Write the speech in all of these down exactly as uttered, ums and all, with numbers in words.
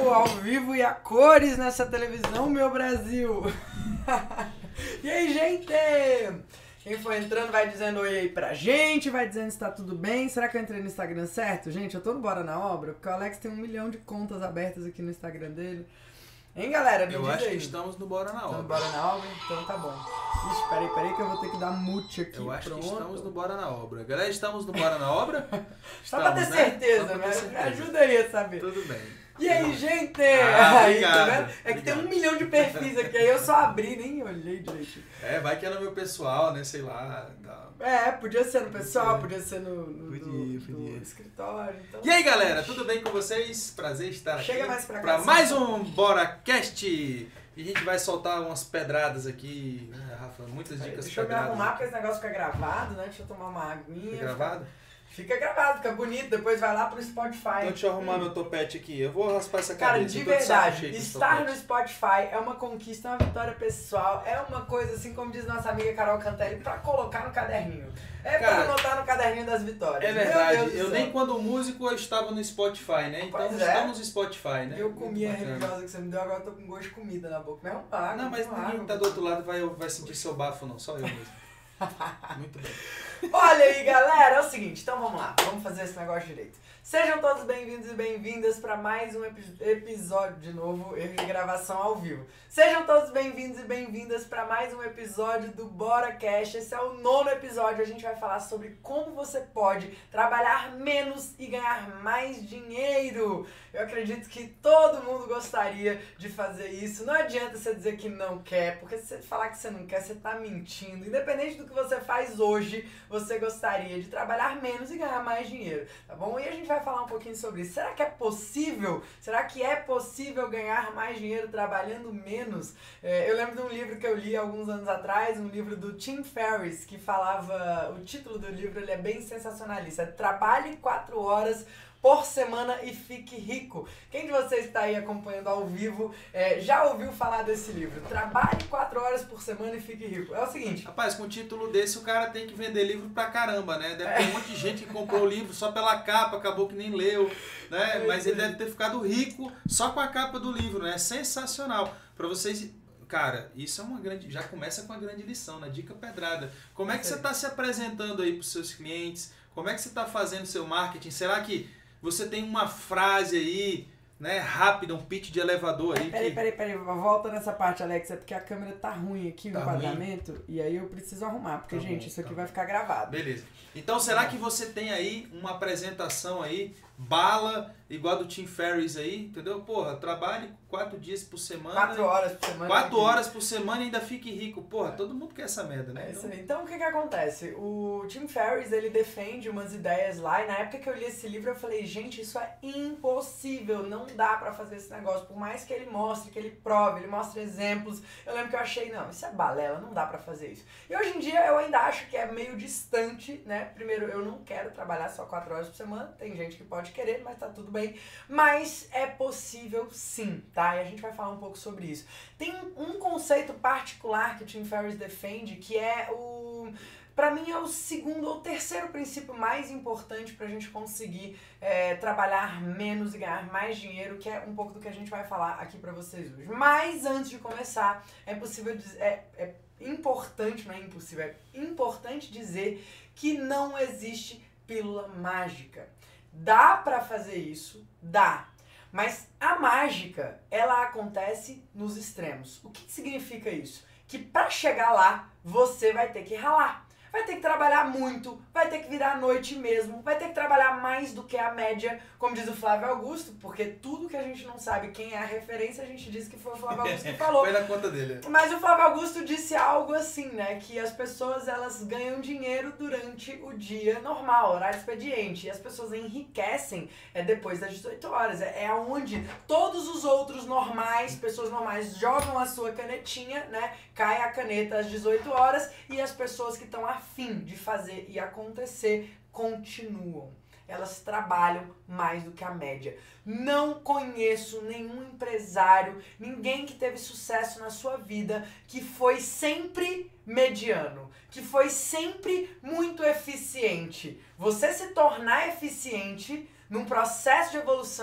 ao vivo e a cores nessa televisão, meu Brasil. E aí, gente? Quem for entrando vai dizendo oi aí pra gente, vai dizendo se tá tudo bem. Será que eu entrei no Instagram certo? Gente, eu tô no Bora na Obra, porque o Alex tem um milhão de contas abertas aqui no Instagram dele. Hein, galera? Me eu diz acho aí. que estamos no Bora na Obra. Estamos no Bora na Obra? Então tá bom. Ixi, peraí, peraí que eu vou ter que dar mute aqui. Eu acho Pronto. que estamos no Bora na Obra. Galera, estamos no Bora na Obra? Só pra ter Estamos, certeza, né? Só pra né? ter Me certeza. ajuda aí a saber. Tudo bem. E aí, gente? Ah, aí, obrigado, tá vendo? É que obrigado. tem um milhão de perfis aqui, aí eu só abri, nem olhei direito. É, vai que é no meu pessoal, né? Sei lá. Tá. É, podia ser no pessoal, podia ser no, no, Podia, no- podia. no escritório. Então... E aí, galera, tudo bem com vocês? Prazer estar Chega aqui mais pra cá, pra sim. mais um BoraCast. E a gente vai soltar umas pedradas aqui, né, Rafa? Muitas Peraí, dicas deixa eu me pedradas. arrumar porque esse negócio fica gravado, né? Deixa eu tomar uma aguinha. Tá gravado? Fica gravado, fica bonito, depois vai lá pro Spotify. Então deixa eu arrumar meu topete aqui. Eu vou raspar essa Cara, cabeça. de eu tô de saco verdade, cheio com esse estar no topete. Spotify é uma conquista, é uma vitória pessoal, é uma coisa, assim como diz nossa amiga Carol Cantelli, pra colocar no caderninho. É pra Cara, anotar no caderninho das vitórias. É Meu verdade, Deus do eu céu. nem quando músico eu estava no Spotify, né? Então Pois é. estamos no Spotify, né? Eu comi a Muito bacana. religiosa que você me deu, agora eu tô com gosto de comida na boca. Mas é um água, Não, mas uma ninguém água. que tá do outro lado vai, vai sentir seu bafo, não. Só eu mesmo. Muito bem. Olha aí, galera, é o seguinte, então vamos lá, vamos fazer esse negócio direito. Sejam todos bem-vindos e bem-vindas para mais um epi- episódio, de novo, erro de gravação ao vivo. Sejam todos bem-vindos e bem-vindas para mais um episódio do BoraCast. Esse é o nono episódio, a gente vai falar sobre como você pode trabalhar menos e ganhar mais dinheiro. Eu acredito que todo mundo gostaria de fazer isso. Não adianta você dizer que não quer, porque se você falar que você não quer, você tá mentindo. Independente do que você faz hoje, você gostaria de trabalhar menos e ganhar mais dinheiro, tá bom? E a gente vai falar um pouquinho sobre isso. Será que é possível? Será que é possível ganhar mais dinheiro trabalhando menos? É, eu lembro de um livro que eu li alguns anos atrás, um livro do Tim Ferriss, que falava, o título do livro ele é bem sensacionalista, trabalhe quatro horas por semana e fique rico. Quem de vocês que está aí acompanhando ao vivo é, já ouviu falar desse livro? Trabalhe quatro horas por semana e fique rico. É o seguinte... Rapaz, com um título desse o cara tem que vender livro pra caramba, né? Deve ter um monte de gente que comprou o livro só pela capa, acabou que nem leu, né? É Mas isso ele aí. deve ter ficado rico só com a capa do livro, né? Sensacional. Pra vocês... Cara, isso é uma grande... Já começa com uma grande lição, né? Dica pedrada. Como é que Isso você aí. está se apresentando aí pros seus clientes? Como é que você está fazendo seu marketing? Será que você tem uma frase aí, né, rápida, um pitch de elevador aí? Peraí, que... peraí, peraí, volta nessa parte, Alex, é porque a câmera tá ruim aqui, o Tá enquadramento, e aí eu preciso arrumar, porque, Tá gente, bom, isso aqui tá vai bom. ficar gravado. Beleza. Então, será que você tem aí uma apresentação aí, bala, igual a do Tim Ferriss aí, entendeu? Porra, trabalhe quatro dias por semana. Quatro horas por semana. Quatro aqui. horas por semana e ainda fique rico. Porra, todo mundo quer essa merda, né? É isso aí. Então, o que que acontece? O Tim Ferriss, ele defende umas ideias lá, e na época que eu li esse livro, eu falei, gente, isso é impossível, não dá pra fazer esse negócio, por mais que ele mostre, que ele prove, ele mostre exemplos, eu lembro que eu achei, não, isso é balela, não dá pra fazer isso. E hoje em dia, eu ainda acho que é meio distante, né? Primeiro, eu não quero trabalhar só quatro horas por semana, tem gente que pode querer, mas tá tudo bem, mas é possível sim, tá? E a gente vai falar um pouco sobre isso. Tem um conceito particular que o Tim Ferriss defende, que é o... Pra mim é o segundo ou terceiro princípio mais importante pra gente conseguir é, trabalhar menos e ganhar mais dinheiro, que é um pouco do que a gente vai falar aqui pra vocês hoje. Mas antes de começar, é possível dizer, é, é importante, não é impossível, é importante dizer que não existe pílula mágica. Dá pra fazer isso? Dá. Mas a mágica, ela acontece nos extremos. O que que significa isso? Que pra chegar lá, você vai ter que ralar. Vai ter que trabalhar muito, vai ter que virar à noite mesmo, vai ter que trabalhar mais do que a média, como diz o Flávio Augusto, porque tudo que a gente não sabe quem é a referência, a gente diz que foi o Flávio Augusto que falou. Foi na conta dele. Mas o Flávio Augusto disse algo assim, né, que as pessoas elas ganham dinheiro durante o dia normal, horário expediente, e as pessoas enriquecem é, depois das dezoito horas, é, é onde todos os outros normais, pessoas normais jogam a sua canetinha, né, cai a caneta às dezoito horas e as pessoas que estão afim de fazer e acontecer continuam. Elas trabalham mais do que a média. Não conheço nenhum empresário, ninguém que teve sucesso na sua vida que foi sempre mediano, que foi sempre muito eficiente. Você se tornar eficiente num processo de evolução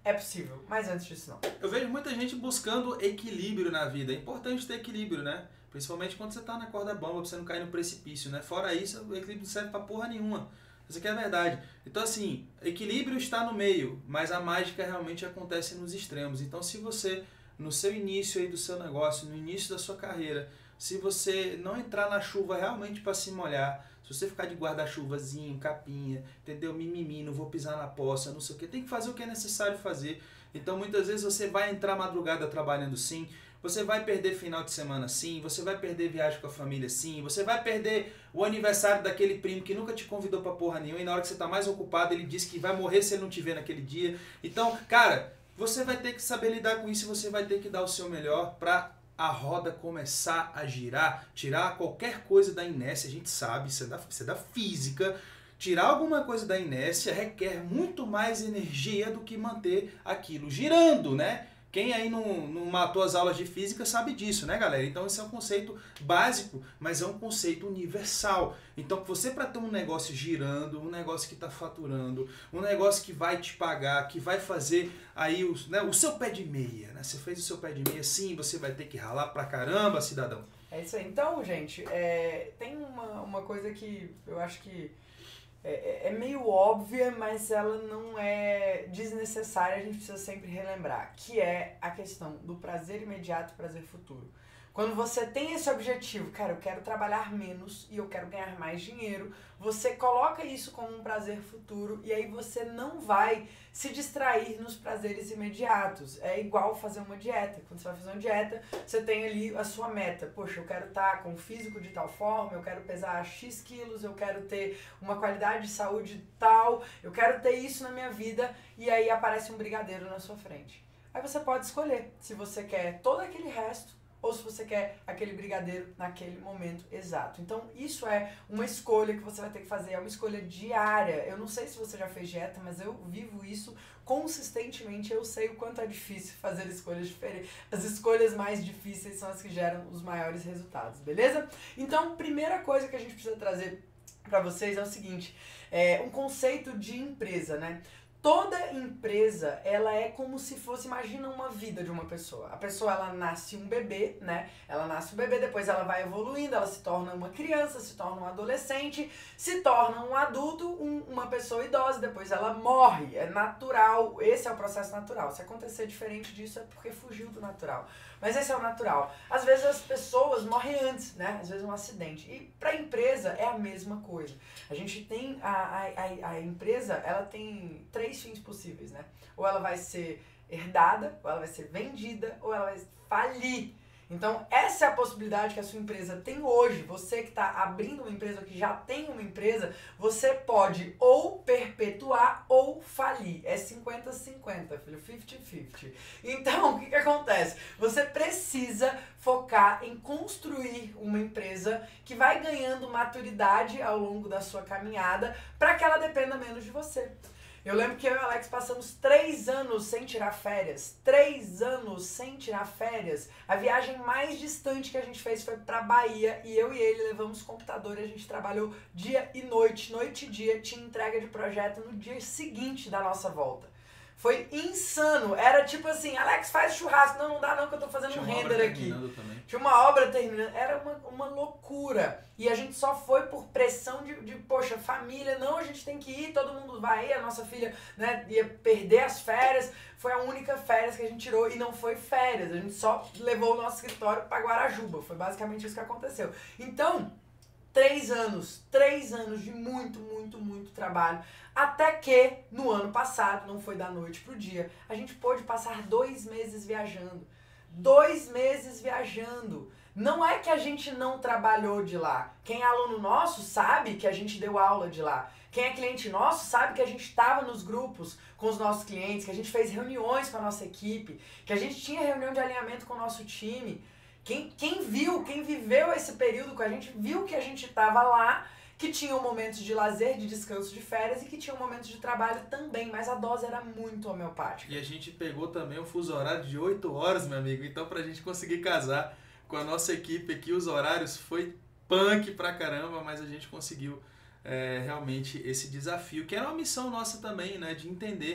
é possível, mas antes disso não. Eu vejo muita gente buscando equilíbrio na vida. É importante ter equilíbrio, né? Principalmente quando você tá na corda bamba, pra você não cair no precipício, né? Fora isso, o equilíbrio não serve pra porra nenhuma. Isso aqui é a verdade. Então, assim, equilíbrio está no meio, mas a mágica realmente acontece nos extremos. Então, se você, no seu início aí do seu negócio, no início da sua carreira, se você não entrar na chuva realmente para se molhar, se você ficar de guarda-chuvazinho, capinha, entendeu? Mimimi, não vou pisar na poça, não sei o que, tem que fazer o que é necessário fazer. Então, muitas vezes você vai entrar madrugada trabalhando sim, você vai perder final de semana sim, você vai perder viagem com a família sim, você vai perder o aniversário daquele primo que nunca te convidou pra porra nenhuma e na hora que você tá mais ocupado ele diz que vai morrer se ele não te ver naquele dia. Então, cara, você vai ter que saber lidar com isso e você vai ter que dar o seu melhor pra a roda começar a girar, tirar qualquer coisa da inércia, a gente sabe, isso é da, isso é da física. Tirar alguma coisa da inércia requer muito mais energia do que manter aquilo girando, né? Quem aí não, não matou as aulas de física sabe disso, né, galera? Então esse é um conceito básico, mas é um conceito universal. Então você, para ter um negócio girando, um negócio que está faturando, um negócio que vai te pagar, que vai fazer aí o, né, o seu pé de meia, né? Você fez o seu pé de meia, sim, você vai ter que ralar pra caramba, cidadão. É isso aí. Então, gente, é, tem uma, uma coisa que eu acho que É, é meio óbvia, mas ela não é desnecessária, a gente precisa sempre relembrar, que é a questão do prazer imediato e prazer futuro. Quando você tem esse objetivo, cara, eu quero trabalhar menos e eu quero ganhar mais dinheiro, você coloca isso como um prazer futuro e aí você não vai se distrair nos prazeres imediatos. É igual fazer uma dieta. Quando você vai fazer uma dieta, você tem ali a sua meta. Poxa, eu quero estar com o físico de tal forma, eu quero pesar X quilos, eu quero ter uma qualidade de saúde tal, eu quero ter isso na minha vida e aí aparece um brigadeiro na sua frente. Aí você pode escolher se você quer todo aquele resto ou se você quer aquele brigadeiro naquele momento exato. Então, isso é uma escolha que você vai ter que fazer, é uma escolha diária. Eu não sei se você já fez dieta, mas eu vivo isso consistentemente, eu sei o quanto é difícil fazer escolhas diferentes. As escolhas mais difíceis são as que geram os maiores resultados, beleza? Então, primeira coisa que a gente precisa trazer para vocês é o seguinte, é um conceito de empresa, né? Toda empresa, ela é como se fosse, imagina uma vida de uma pessoa. A pessoa, ela nasce um bebê, né? Ela nasce um bebê, depois ela vai evoluindo, ela se torna uma criança, se torna um adolescente, se torna um adulto, um, uma pessoa idosa, depois ela morre. É natural, esse é o processo natural. Se acontecer diferente disso é porque fugiu do natural. Mas esse é o natural. Às vezes as pessoas morrem antes, né? Às vezes um acidente. E para a empresa é a mesma coisa. A gente tem, a, a, a empresa, ela tem três fins possíveis, né? Ou ela vai ser herdada, ou ela vai ser vendida, ou ela vai falir. Então, essa é a possibilidade que a sua empresa tem hoje. Você que está abrindo uma empresa, ou que já tem uma empresa, você pode ou perpetuar ou falir. É cinquenta a cinquenta, filho, cinquenta a cinquenta. Então, o que que acontece? Você precisa focar em construir uma empresa que vai ganhando maturidade ao longo da sua caminhada para que ela dependa menos de você. Eu lembro que eu e o Alex passamos três anos sem tirar férias. Três anos sem tirar férias. A viagem mais distante que a gente fez foi pra Bahia e eu e ele levamos computador e a gente trabalhou dia e noite, noite e dia, tinha entrega de projeto no dia seguinte da nossa volta. Foi insano. Era tipo assim, Alex, faz churrasco. Não, não dá não que eu tô fazendo um render aqui. Tinha uma obra terminando. Era uma, uma loucura. E a gente só foi por pressão de, de, poxa, família. Não, a gente tem que ir, todo mundo vai ir. A nossa filha, né, ia perder as férias. Foi a única férias que a gente tirou e não foi férias. A gente só levou o nosso escritório pra Guarajuba. Foi basicamente isso que aconteceu. Então, três anos. Três anos de muito, muito, muito trabalho. Até que, no ano passado, não foi da noite pro dia, a gente pôde passar dois meses viajando. Dois meses viajando. Não é que a gente não trabalhou de lá. Quem é aluno nosso sabe que a gente deu aula de lá. Quem é cliente nosso sabe que a gente estava nos grupos com os nossos clientes, que a gente fez reuniões com a nossa equipe, que a gente tinha reunião de alinhamento com o nosso time. Quem, quem viu, quem viveu esse período com a gente, viu que a gente estava lá, que tinham momentos de lazer, de descanso, de férias e que tinham momentos de trabalho também, mas a dose era muito homeopática. E a gente pegou também um fuso horário de oito horas, meu amigo, então pra gente conseguir casar com a nossa equipe aqui, os horários foi punk pra caramba, mas a gente conseguiu é, realmente esse desafio, que era uma missão nossa também, né, de entender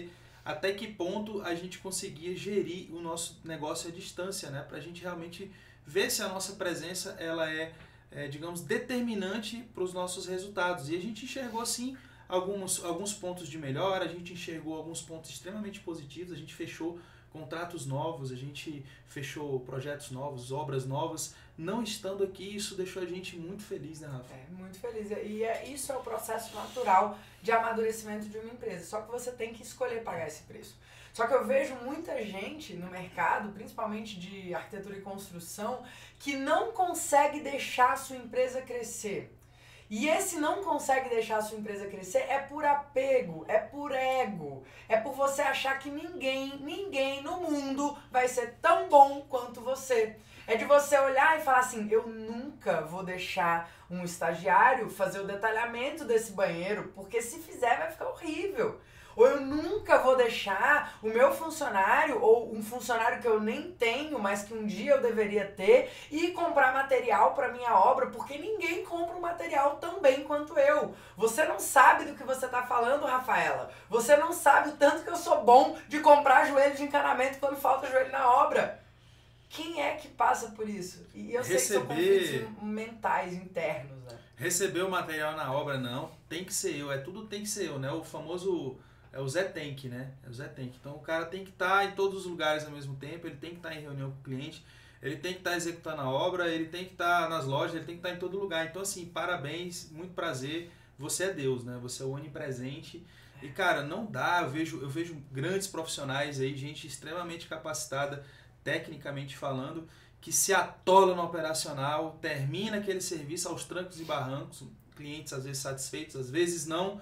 até que ponto a gente conseguia gerir o nosso negócio à distância, né? Para a gente realmente ver se a nossa presença ela é, é digamos, determinante para os nossos resultados. E a gente enxergou, sim, alguns, alguns pontos de melhora, a gente enxergou alguns pontos extremamente positivos, a gente fechou contratos novos, a gente fechou projetos novos, obras novas. Não estando aqui, isso deixou a gente muito feliz, né, Rafa? É, muito feliz. E é, isso é o processo natural de amadurecimento de uma empresa. Só que você tem que escolher pagar esse preço. Só que eu vejo muita gente no mercado, principalmente de arquitetura e construção, que não consegue deixar a sua empresa crescer. E esse não consegue deixar a sua empresa crescer é por apego, é por ego, é por você achar que ninguém, ninguém no mundo vai ser tão bom quanto você. É de você olhar e falar assim, eu nunca vou deixar um estagiário fazer o detalhamento desse banheiro, porque se fizer vai ficar horrível. Ou eu nunca vou deixar o meu funcionário, ou um funcionário que eu nem tenho, mas que um dia eu deveria ter, ir comprar material para minha obra, porque ninguém compra um material tão bem quanto eu. Você não sabe do que você está falando, Rafaela. Você não sabe o tanto que eu sou bom de comprar joelho de encanamento quando falta joelho na obra. Quem é que passa por isso? E eu Receber... sei que são conflitos mentais, internos, né? Receber o material na obra, não. Tem que ser eu. É tudo tem que ser eu, né? O famoso... É o Zé Tank, né? É o Zé Tank. Então o cara tem que estar em todos os lugares ao mesmo tempo, ele tem que estar em reunião com o cliente, ele tem que estar executando a obra, ele tem que estar nas lojas, ele tem que estar em todo lugar. Então, assim, parabéns, muito prazer. Você é Deus, né? Você é o onipresente. E, cara, não dá. Eu vejo, eu vejo grandes profissionais aí, gente extremamente capacitada, tecnicamente falando, que se atola no operacional, termina aquele serviço aos trancos e barrancos, clientes às vezes satisfeitos, às vezes não,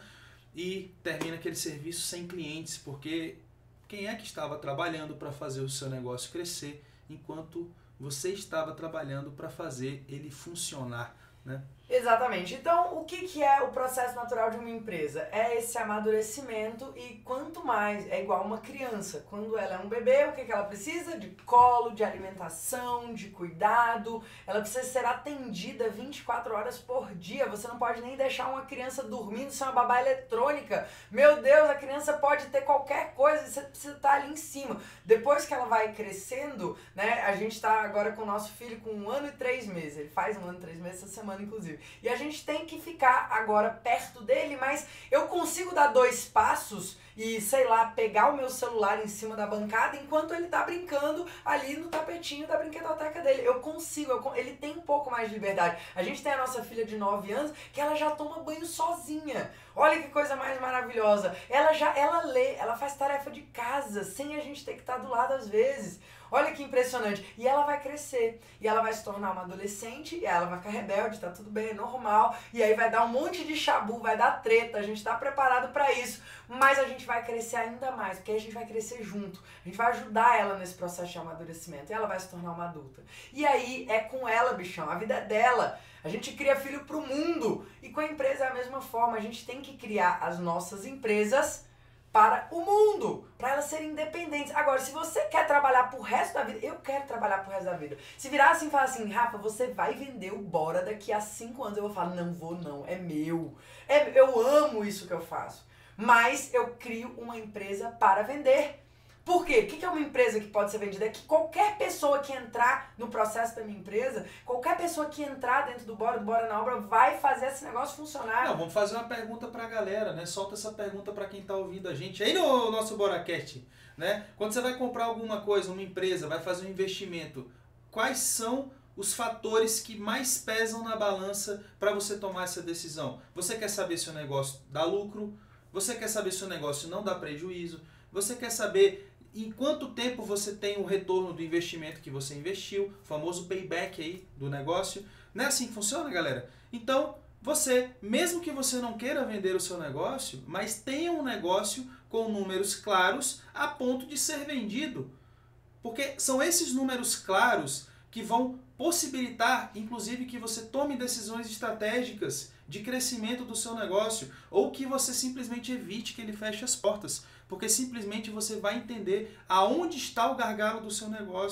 e termina aquele serviço sem clientes, porque quem é que estava trabalhando para fazer o seu negócio crescer enquanto você estava trabalhando para fazer ele funcionar, né? Exatamente. Então, o que, que é o processo natural de uma empresa? É esse amadurecimento e quanto mais, é igual uma criança. Quando ela é um bebê, o que, que ela precisa? De colo, de alimentação, de cuidado. Ela precisa ser atendida vinte e quatro horas por dia. Você não pode nem deixar uma criança dormindo sem uma babá eletrônica. Meu Deus, a criança pode ter qualquer coisa e você precisa estar ali em cima. Depois que ela vai crescendo, né? A gente está agora com o nosso filho com um ano e três meses. Ele faz um ano e três meses essa semana, inclusive. E a gente tem que ficar agora perto dele, mas eu consigo dar dois passos e, sei lá, pegar o meu celular em cima da bancada enquanto ele tá brincando ali no tapetinho da brinquedoteca dele. Eu consigo, eu, ele tem um pouco mais de liberdade. A gente tem a nossa filha de nove anos que ela já toma banho sozinha. Olha que coisa mais maravilhosa. Ela já, ela lê, ela faz tarefa de casa sem a gente ter que estar do lado às vezes. Olha que impressionante. E ela vai crescer. E ela vai se tornar uma adolescente. E ela vai ficar rebelde, tá tudo bem, é normal. E aí vai dar um monte de chabu, vai dar treta. A gente tá preparado pra isso. Mas a gente vai crescer ainda mais. Porque a gente vai crescer junto. A gente vai ajudar ela nesse processo de amadurecimento. E ela vai se tornar uma adulta. E aí é com ela, bichão. A vida é dela. A gente cria filho pro mundo. E com a empresa é a mesma forma. A gente tem que criar as nossas empresas para o mundo, para elas serem independentes. Agora, se você quer trabalhar pro resto da vida, eu quero trabalhar pro resto da vida. Se virar assim e falar assim, Rafa, você vai vender o Bora daqui a cinco anos, eu vou falar, não vou não, é meu. É, eu amo isso que eu faço. Mas eu crio uma empresa para vender. Por quê? O que é uma empresa que pode ser vendida? É que qualquer pessoa que entrar no processo da minha empresa, qualquer pessoa que entrar dentro do Bora, do Bora na Obra, vai fazer esse negócio funcionar. Não, vamos fazer uma pergunta pra galera, né? Solta essa pergunta pra quem tá ouvindo a gente aí no nosso BoraCast, né? Quando você vai comprar alguma coisa, uma empresa, vai fazer um investimento, quais são os fatores que mais pesam na balança para você tomar essa decisão? Você quer saber se o negócio dá lucro? Você quer saber se o negócio não dá prejuízo? Você quer saber em quanto tempo você tem o retorno do investimento que você investiu, o famoso payback aí do negócio? Não é assim que funciona, galera? Então, você, mesmo que você não queira vender o seu negócio, mas tenha um negócio com números claros a ponto de ser vendido. Porque são esses números claros que vão possibilitar, inclusive, que você tome decisões estratégicas de crescimento do seu negócio, ou que você simplesmente evite que ele feche as portas, porque simplesmente você vai entender aonde está o gargalo do seu negócio,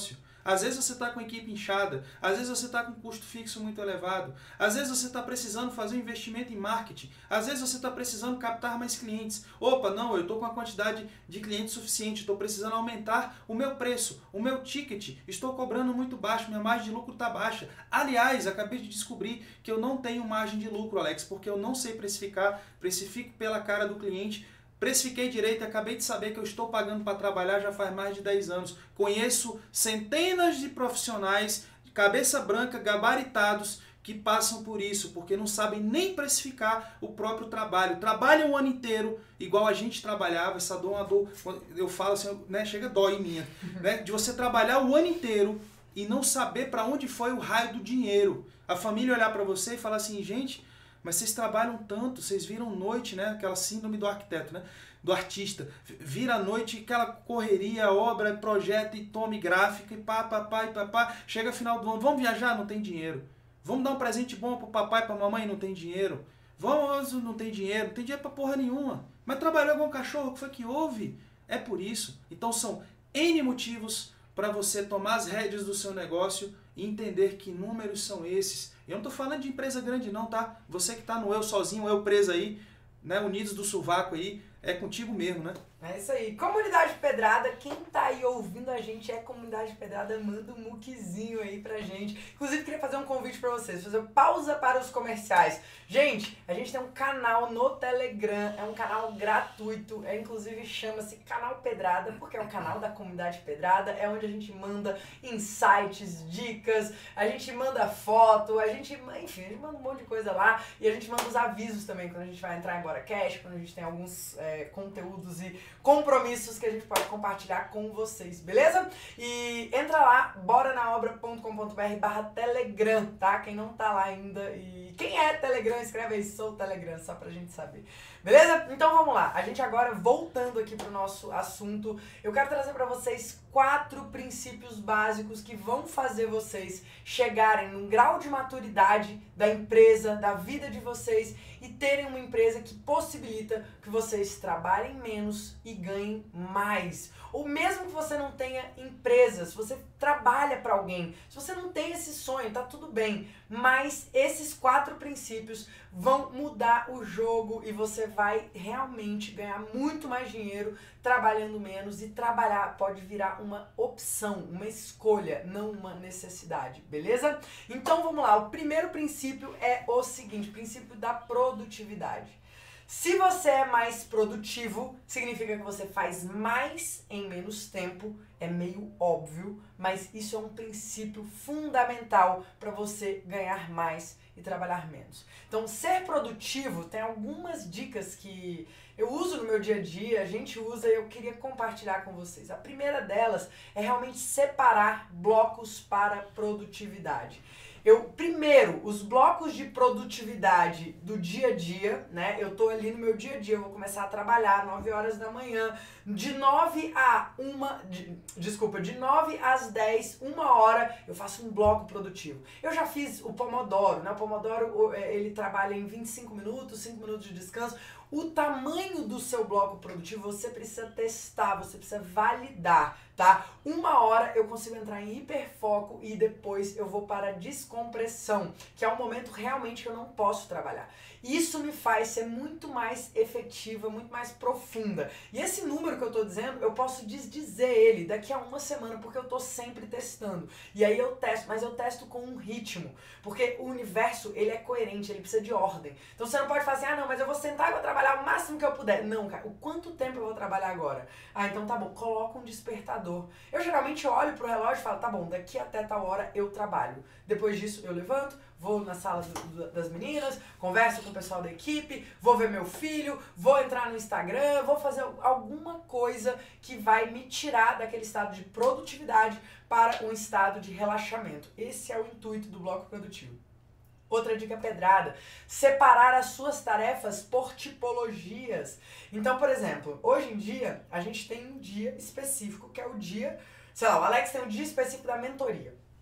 Às vezes você está com a equipe inchada, às vezes você está com um custo fixo muito elevado, às vezes você está precisando fazer um investimento em marketing, às vezes você está precisando captar mais clientes. Opa, não, eu estou com a quantidade de clientes suficiente, estou precisando aumentar o meu preço, o meu ticket, estou cobrando muito baixo, minha margem de lucro está baixa. Aliás, acabei de descobrir que eu não tenho margem de lucro, Alex, porque eu não sei precificar, precifico pela cara do cliente. Precifiquei direito e acabei de saber que eu estou pagando para trabalhar já faz mais de dez anos. Conheço centenas de profissionais de cabeça branca, gabaritados, que passam por isso, porque não sabem nem precificar o próprio trabalho. Trabalham o ano inteiro, igual a gente trabalhava, essa dor é uma dor, eu falo assim, né, chega dói em minha, né, de você trabalhar o ano inteiro e não saber para onde foi o raio do dinheiro. A família olhar para você e falar assim, gente, mas vocês trabalham tanto, vocês viram noite, né? Aquela síndrome do arquiteto, né? Do artista. Vira a noite, aquela correria, obra, projeto e tome gráfica e pá, pá, pá, e pá, pá. Chega final do ano, vamos viajar? Não tem dinheiro. Vamos dar um presente bom pro papai e pra mamãe? Não tem dinheiro. Vamos, não tem dinheiro. Não tem dinheiro pra porra nenhuma. Mas trabalhou igual um cachorro, o que foi que houve? É por isso. Então são N motivos para você tomar as rédeas do seu negócio e entender que números são esses. Eu não estou falando de empresa grande não, tá? Você que está no eu sozinho, eu preso aí, né? Unidos do sovaco aí, é contigo mesmo, né? É isso aí. Comunidade Pedrada, quem tá aí ouvindo a gente é Comunidade Pedrada, manda um muquizinho aí pra gente. Inclusive, queria fazer um convite pra vocês, fazer pausa para os comerciais. Gente, a gente tem um canal no Telegram, é um canal gratuito, é, inclusive chama-se Canal Pedrada, porque é um canal da Comunidade Pedrada, é onde a gente manda insights, dicas, a gente manda foto, a gente, enfim, a gente manda um monte de coisa lá e a gente manda os avisos também quando a gente vai entrar em BoraCash, quando a gente tem alguns é, conteúdos e compromissos que a gente pode compartilhar com vocês, beleza? E entra lá, boranaobra.com.br barra Telegram, tá? Quem não tá lá ainda e quem é Telegram, escreve aí, sou Telegram, só pra gente saber. Beleza? Então vamos lá. A gente agora, voltando aqui pro nosso assunto, eu quero trazer pra vocês quatro princípios básicos que vão fazer vocês chegarem num grau de maturidade da empresa, da vida de vocês e terem uma empresa que possibilita que vocês trabalhem menos e ganhem mais. Ou mesmo que você não tenha empresa, se você trabalha para alguém, se você não tem esse sonho, tá tudo bem, mas esses quatro princípios vão mudar o jogo e você vai realmente ganhar muito mais dinheiro trabalhando menos, e trabalhar pode virar uma opção, uma escolha, não uma necessidade, beleza? Então vamos lá, o primeiro princípio é o seguinte, o princípio da produtividade. Se você é mais produtivo, significa que você faz mais em menos tempo, é meio óbvio, mas isso é um princípio fundamental para você ganhar mais e trabalhar menos. Então, ser produtivo tem algumas dicas que eu uso no meu dia a dia, a gente usa e eu queria compartilhar com vocês. A primeira delas é realmente separar blocos para produtividade. Eu, primeiro, os blocos de produtividade do dia a dia, né? Eu tô ali no meu dia a dia, eu vou começar a trabalhar nove horas da manhã, de nove a uma, de, desculpa, de nove às dez, uma hora, eu faço um bloco produtivo. Eu já fiz o Pomodoro, né? O Pomodoro, ele trabalha em vinte e cinco minutos, cinco minutos de descanso. O tamanho do seu bloco produtivo você precisa testar, você precisa validar, tá? Uma hora eu consigo entrar em hiperfoco e depois eu vou para a descompressão, que é um momento realmente que eu não posso trabalhar. Isso me faz ser muito mais efetiva, muito mais profunda. E esse número que eu tô dizendo, eu posso desdizer ele daqui a uma semana, porque eu tô sempre testando. E aí eu testo, mas eu testo com um ritmo, porque o universo, ele é coerente, ele precisa de ordem. Então você não pode fazer, ah não, mas eu vou sentar e vou trabalhar o máximo que eu puder. Não, cara, o quanto tempo eu vou trabalhar agora? Ah, então tá bom, coloca um despertador. Eu geralmente olho pro relógio e falo, tá bom, daqui até tal hora eu trabalho. Depois disso eu levanto, vou na sala do, do, das meninas, converso com o pessoal da equipe, vou ver meu filho, vou entrar no Instagram, vou fazer alguma coisa que vai me tirar daquele estado de produtividade para um estado de relaxamento. Esse é o intuito do bloco produtivo. Outra dica pedrada, separar as suas tarefas por tipologias. Então, por exemplo, hoje em dia, a gente tem um dia específico, que é o dia, sei lá, o Alex tem um dia específico da mentoria.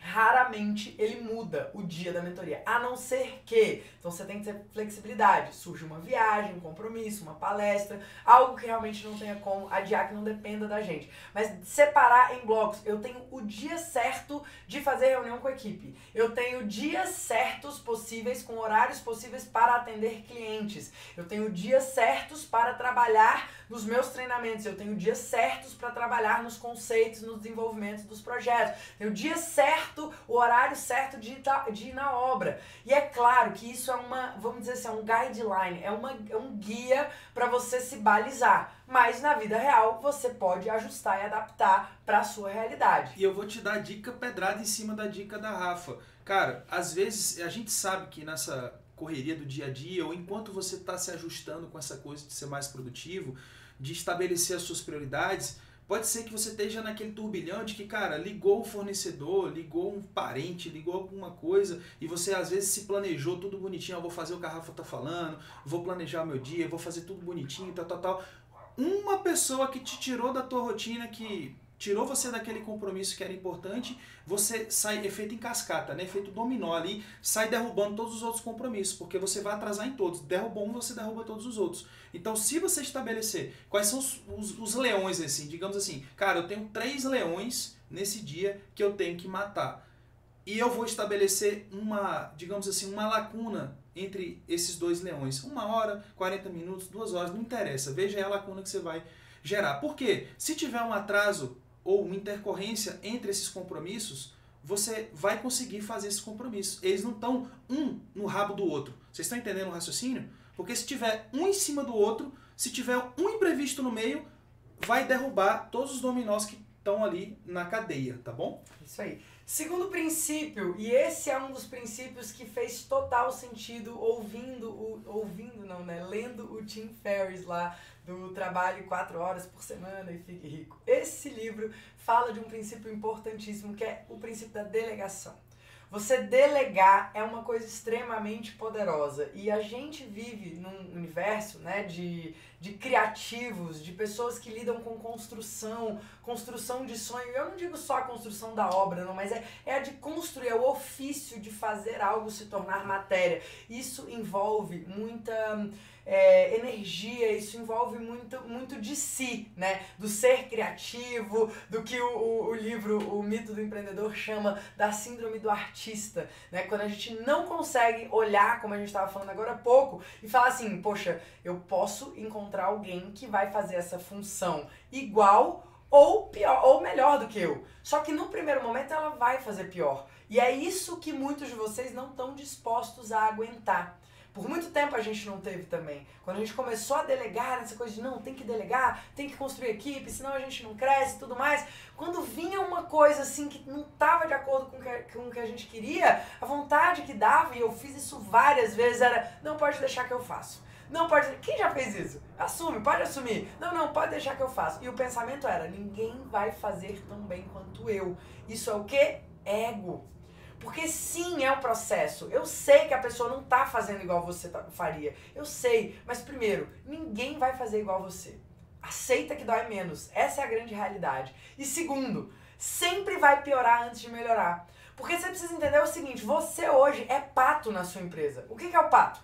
raramente ele muda o dia da mentoria, a não ser que, então você tem que ter flexibilidade, surge uma viagem, um compromisso, uma palestra, algo que realmente não tenha como adiar, que não dependa da gente, mas separar em blocos. Eu tenho o dia certo de fazer reunião com a equipe, eu tenho dias certos possíveis, com horários possíveis para atender clientes, eu tenho dias certos para trabalhar nos meus treinamentos, eu tenho dias certos para trabalhar nos conceitos, nos desenvolvimentos dos projetos, tenho o dia certo, o horário certo de ir, de ir na obra. E é claro que isso é uma, vamos dizer assim, é um guideline, é, uma, é um guia para você se balizar, mas na vida real você pode ajustar e adaptar para a sua realidade. E eu vou te dar a dica pedrada em cima da dica da Rafa. Cara, às vezes a gente sabe que nessa correria do dia a dia, ou enquanto você está se ajustando com essa coisa de ser mais produtivo, de estabelecer as suas prioridades, pode ser que você esteja naquele turbilhão de que, cara, ligou o fornecedor, ligou um parente, ligou alguma coisa, e você às vezes se planejou tudo bonitinho, eu vou fazer o que a Rafa tá falando, vou planejar o meu dia, vou fazer tudo bonitinho, tal, tal, tal. Uma pessoa que te tirou da tua rotina, que tirou você daquele compromisso que era importante, você sai, efeito em cascata, né? Efeito dominó ali, sai derrubando todos os outros compromissos, porque você vai atrasar em todos. Derrubou um, você derruba todos os outros. Então, se você estabelecer quais são os, os, os leões, assim, digamos assim, cara, eu tenho três leões nesse dia que eu tenho que matar. E eu vou estabelecer uma, digamos assim, uma lacuna entre esses dois leões. Uma hora, quarenta minutos, duas horas, não interessa. Veja aí a lacuna que você vai gerar. Por quê? Se tiver um atraso ou uma intercorrência entre esses compromissos, você vai conseguir fazer esses compromissos. Eles não estão um no rabo do outro. Vocês estão entendendo o raciocínio? Porque se tiver um em cima do outro, se tiver um imprevisto no meio, vai derrubar todos os dominós que estão ali na cadeia, tá bom? Isso aí. Segundo princípio, e esse é um dos princípios que fez total sentido ouvindo, o, ouvindo não, né? Lendo o Tim Ferriss lá, do Trabalhe quatro horas por semana e Fique Rico. Esse livro fala de um princípio importantíssimo, que é o princípio da delegação. Você delegar é uma coisa extremamente poderosa, e a gente vive num universo, né, de, de criativos, de pessoas que lidam com construção, construção de sonho. Eu não digo só a construção da obra, não, mas é, é a de construir, é o ofício de fazer algo se tornar matéria. Isso envolve muita é, energia, isso envolve muito, muito de si, né, do ser criativo, do que o, o, o livro O Mito do Empreendedor chama da síndrome do artista, né, quando a gente não consegue olhar, como a gente estava falando agora há pouco, e falar assim, poxa, eu posso encontrar alguém que vai fazer essa função igual ou pior, ou melhor do que eu. Só que no primeiro momento ela vai fazer pior. E é isso que muitos de vocês não estão dispostos a aguentar. Por muito tempo a gente não teve também. Quando a gente começou a delegar, essa coisa de não, tem que delegar, tem que construir equipe, senão a gente não cresce e tudo mais. Quando vinha uma coisa assim que não estava de acordo com o que, com o que a gente queria, a vontade que dava, e eu fiz isso várias vezes, era, não, pode deixar que eu faço. Não, pode... Quem já fez isso? Assume, pode assumir. Não, não, pode deixar que eu faço. E o pensamento era, ninguém vai fazer tão bem quanto eu. Isso é o quê? Ego. Porque sim, é um processo. Eu sei que a pessoa não tá fazendo igual você faria. Eu sei. Mas primeiro, ninguém vai fazer igual você. Aceita que dói menos. Essa é a grande realidade. E segundo, sempre vai piorar antes de melhorar. Porque você precisa entender o seguinte, você hoje é pato na sua empresa. O que que é o pato?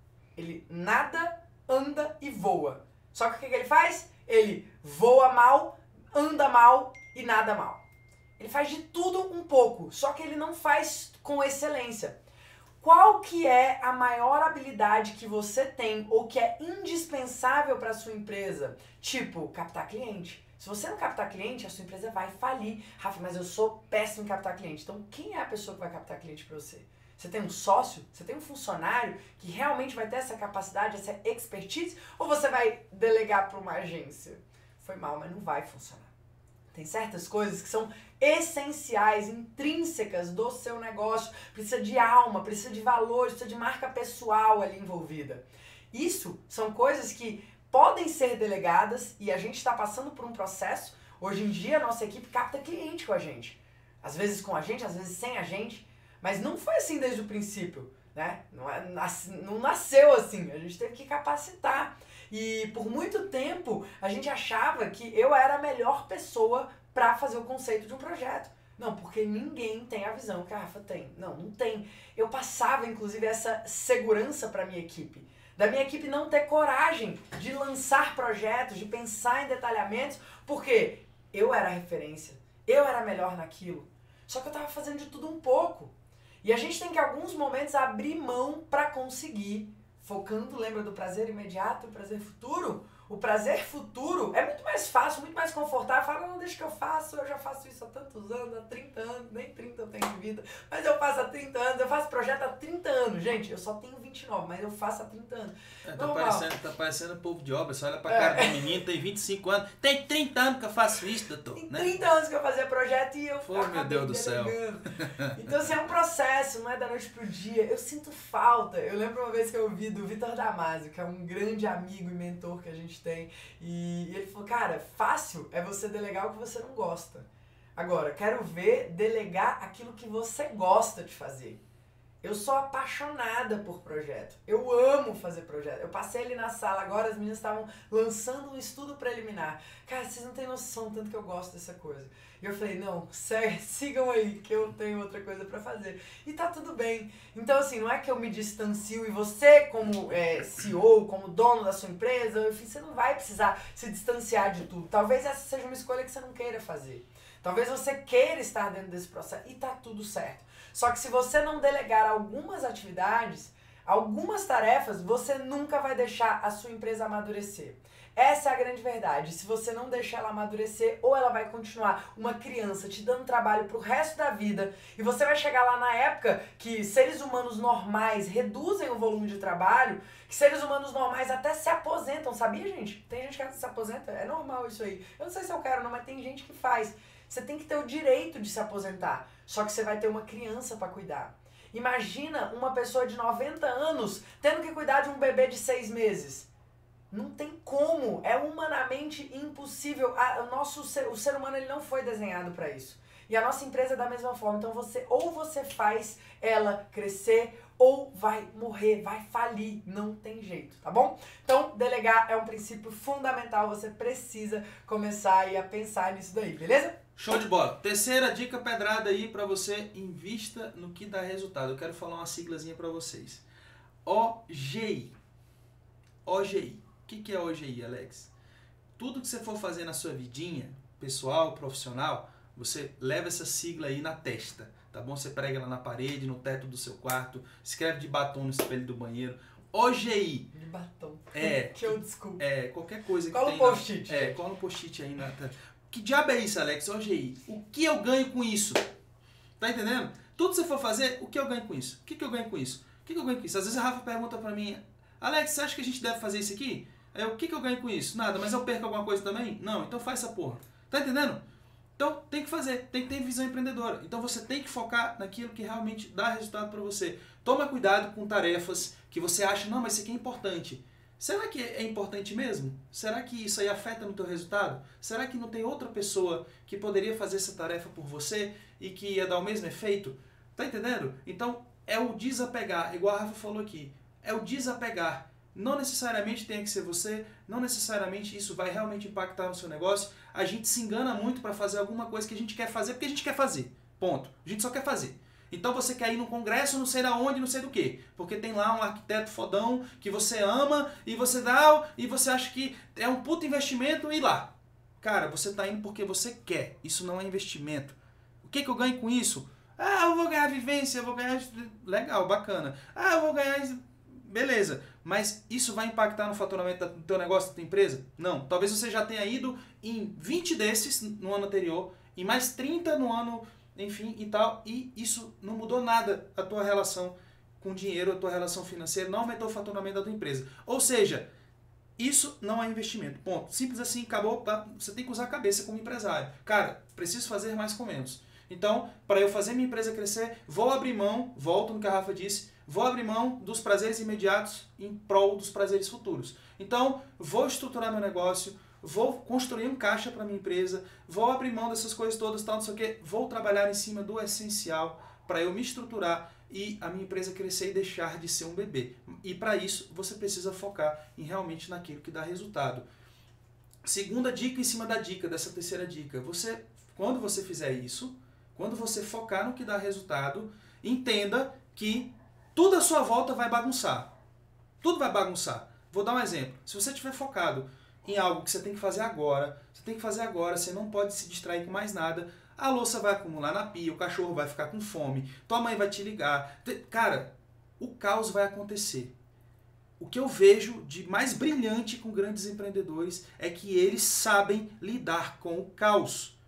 Ele nada, anda e voa. Só que o que que ele faz? Ele voa mal, anda mal e nada mal. Ele faz de tudo um pouco, só que ele não faz com excelência. Qual que é a maior habilidade que você tem ou que é indispensável para a sua empresa? Tipo, captar cliente. Se você não captar cliente, a sua empresa vai falir. Rafa, mas eu sou péssimo em captar cliente. Então, quem é a pessoa que vai captar cliente para você? Você tem um sócio? Você tem um funcionário que realmente vai ter essa capacidade, essa expertise? Ou você vai delegar para uma agência? Foi mal, mas não vai funcionar. Tem certas coisas que são essenciais, intrínsecas do seu negócio. Precisa de alma, precisa de valores, precisa de marca pessoal ali envolvida. Isso são coisas que podem ser delegadas e a gente está passando por um processo. Hoje em dia a nossa equipe capta cliente com a gente. Às vezes com a gente, às vezes sem a gente. Mas não foi assim desde o princípio, né? Não, é, não nasceu assim, a gente teve que capacitar. E por muito tempo a gente achava que eu era a melhor pessoa para fazer o conceito de um projeto. Não, porque ninguém tem a visão que a Rafa tem. Não, não tem. Eu passava, inclusive, essa segurança para minha equipe. Da minha equipe não ter coragem de lançar projetos, de pensar em detalhamentos, porque eu era a referência, eu era melhor naquilo. Só que eu tava fazendo de tudo um pouco. E a gente tem que, em alguns momentos, abrir mão para conseguir, focando, lembra do prazer imediato e o prazer futuro? O prazer futuro é muito mais fácil, muito mais confortável. Fala, não, deixa que eu faço, eu já faço isso há tantos anos, há trinta anos, nem trinta eu tenho de vida, mas eu faço há trinta anos, eu faço projeto há trinta anos. Gente, eu só tenho vinte e nove, mas eu faço há trinta anos. É, tá, parecendo, tá parecendo povo de obra, você olha pra cara é. do menino, tem vinte e cinco anos, tem trinta anos que eu faço isso, doutor. Tem né? trinta anos que eu fazia projeto e eu Pô, meu Deus do céu. Então, assim, é um processo, não é da noite pro dia. Eu sinto falta. Eu lembro uma vez que eu ouvi do Vitor Damasio, que é um grande amigo e mentor que a gente tem, e E ele falou, cara, fácil é você delegar o que você não gosta. Agora, quero ver delegar aquilo que você gosta de fazer. Eu sou apaixonada por projeto. Eu amo fazer projeto. Eu passei ali na sala agora, as meninas estavam lançando um estudo preliminar. Cara, vocês não têm noção tanto que eu gosto dessa coisa. E eu falei, não, segue, sigam aí, que eu tenho outra coisa pra fazer. E tá tudo bem. Então, assim, não é que eu me distancio e você, como é, C E O, como dono da sua empresa, enfim, você não vai precisar se distanciar de tudo. Talvez essa seja uma escolha que você não queira fazer. Talvez você queira estar dentro desse processo e tá tudo certo. Só que se você não delegar algumas atividades, algumas tarefas, você nunca vai deixar a sua empresa amadurecer. Essa é a grande verdade. Se você não deixar ela amadurecer, ou ela vai continuar uma criança te dando trabalho pro resto da vida, e você vai chegar lá na época que seres humanos normais reduzem o volume de trabalho, que seres humanos normais até se aposentam, sabia, gente? Tem gente que se aposenta, é normal isso aí. Eu não sei se eu quero não, mas tem gente que faz. Você tem que ter o direito de se aposentar, só que você vai ter uma criança para cuidar. Imagina uma pessoa de noventa anos tendo que cuidar de um bebê de seis meses. Não tem como, é humanamente impossível. A, o, nosso ser, o ser humano ele não foi desenhado para isso. E a nossa empresa é da mesma forma. Então você ou você faz ela crescer ou vai morrer, vai falir, não tem jeito, tá bom? Então delegar é um princípio fundamental, você precisa começar aí a pensar nisso daí, beleza? Show de bola. Terceira dica pedrada aí para você, invista no que dá resultado. Eu quero falar uma siglazinha para vocês. O G I. O G I. O que, que é O G I, Alex? Tudo que você for fazer na sua vidinha, pessoal, profissional, você leva essa sigla aí na testa, tá bom? Você prega ela na parede, no teto do seu quarto, escreve de batom no espelho do banheiro. O G I. De batom. É. Que eu desculpe. É, qualquer coisa que cola tem. Cola o post-it. É, cola um post-it aí na... Que diabo é isso, Alex? O G I. O que eu ganho com isso? Tá entendendo? Tudo que você for fazer, o que eu ganho com isso? O que, que eu ganho com isso? O que, que eu ganho com isso? Às vezes a Rafa pergunta pra mim, Alex, você acha que a gente deve fazer isso aqui? Aí eu, o que, que eu ganho com isso? Nada, mas eu perco alguma coisa também? Não, então faz essa porra. Tá entendendo? Então tem que fazer, tem que ter visão empreendedora. Então você tem que focar naquilo que realmente dá resultado pra você. Toma cuidado com tarefas que você acha, não, mas isso aqui é importante. Será que é importante mesmo? Será que isso aí afeta no teu resultado? Será que não tem outra pessoa que poderia fazer essa tarefa por você e que ia dar o mesmo efeito? Tá entendendo? Então é o desapegar, igual a Rafa falou aqui. É o desapegar. Não necessariamente tem que ser você, não necessariamente isso vai realmente impactar no seu negócio. A gente se engana muito para fazer alguma coisa que a gente quer fazer porque a gente quer fazer. Ponto. A gente só quer fazer. Então você quer ir num congresso, não sei da onde, não sei do que, porque tem lá um arquiteto fodão que você ama e você dá e você acha que é um puto investimento ir lá. Cara, você tá indo porque você quer. Isso não é investimento. O que que eu ganho com isso? Ah, eu vou ganhar vivência, eu vou ganhar... Legal, bacana. Ah, eu vou ganhar... Beleza. Mas isso vai impactar no faturamento do teu negócio, da tua empresa? Não. Talvez você já tenha ido em vinte desses no ano anterior, e mais trinta no ano... enfim, e tal, e isso não mudou nada a tua relação com o dinheiro, a tua relação financeira, não aumentou o faturamento da tua empresa. Ou seja, isso não é investimento, ponto. Simples assim, acabou, você tem que usar a cabeça como empresário. Cara, preciso fazer mais com menos. Então, para eu fazer minha empresa crescer, vou abrir mão, volto no que a Rafa disse, vou abrir mão dos prazeres imediatos em prol dos prazeres futuros. Então, vou estruturar meu negócio, vou construir um caixa para minha empresa, vou abrir mão dessas coisas todas, tal, não sei o quê, vou trabalhar em cima do essencial para eu me estruturar e a minha empresa crescer e deixar de ser um bebê. E para isso, você precisa focar em realmente naquilo que dá resultado. Segunda dica em cima da dica, dessa terceira dica. Você, quando você fizer isso, Quando você focar no que dá resultado, entenda que tudo à sua volta vai bagunçar. Tudo vai bagunçar. Vou dar um exemplo. Se você estiver focado em algo que você tem que fazer agora, você tem que fazer agora, você não pode se distrair com mais nada, a louça vai acumular na pia, o cachorro vai ficar com fome, tua mãe vai te ligar. Cara, o caos vai acontecer. O que eu vejo de mais brilhante com grandes empreendedores é que eles sabem lidar com o caos.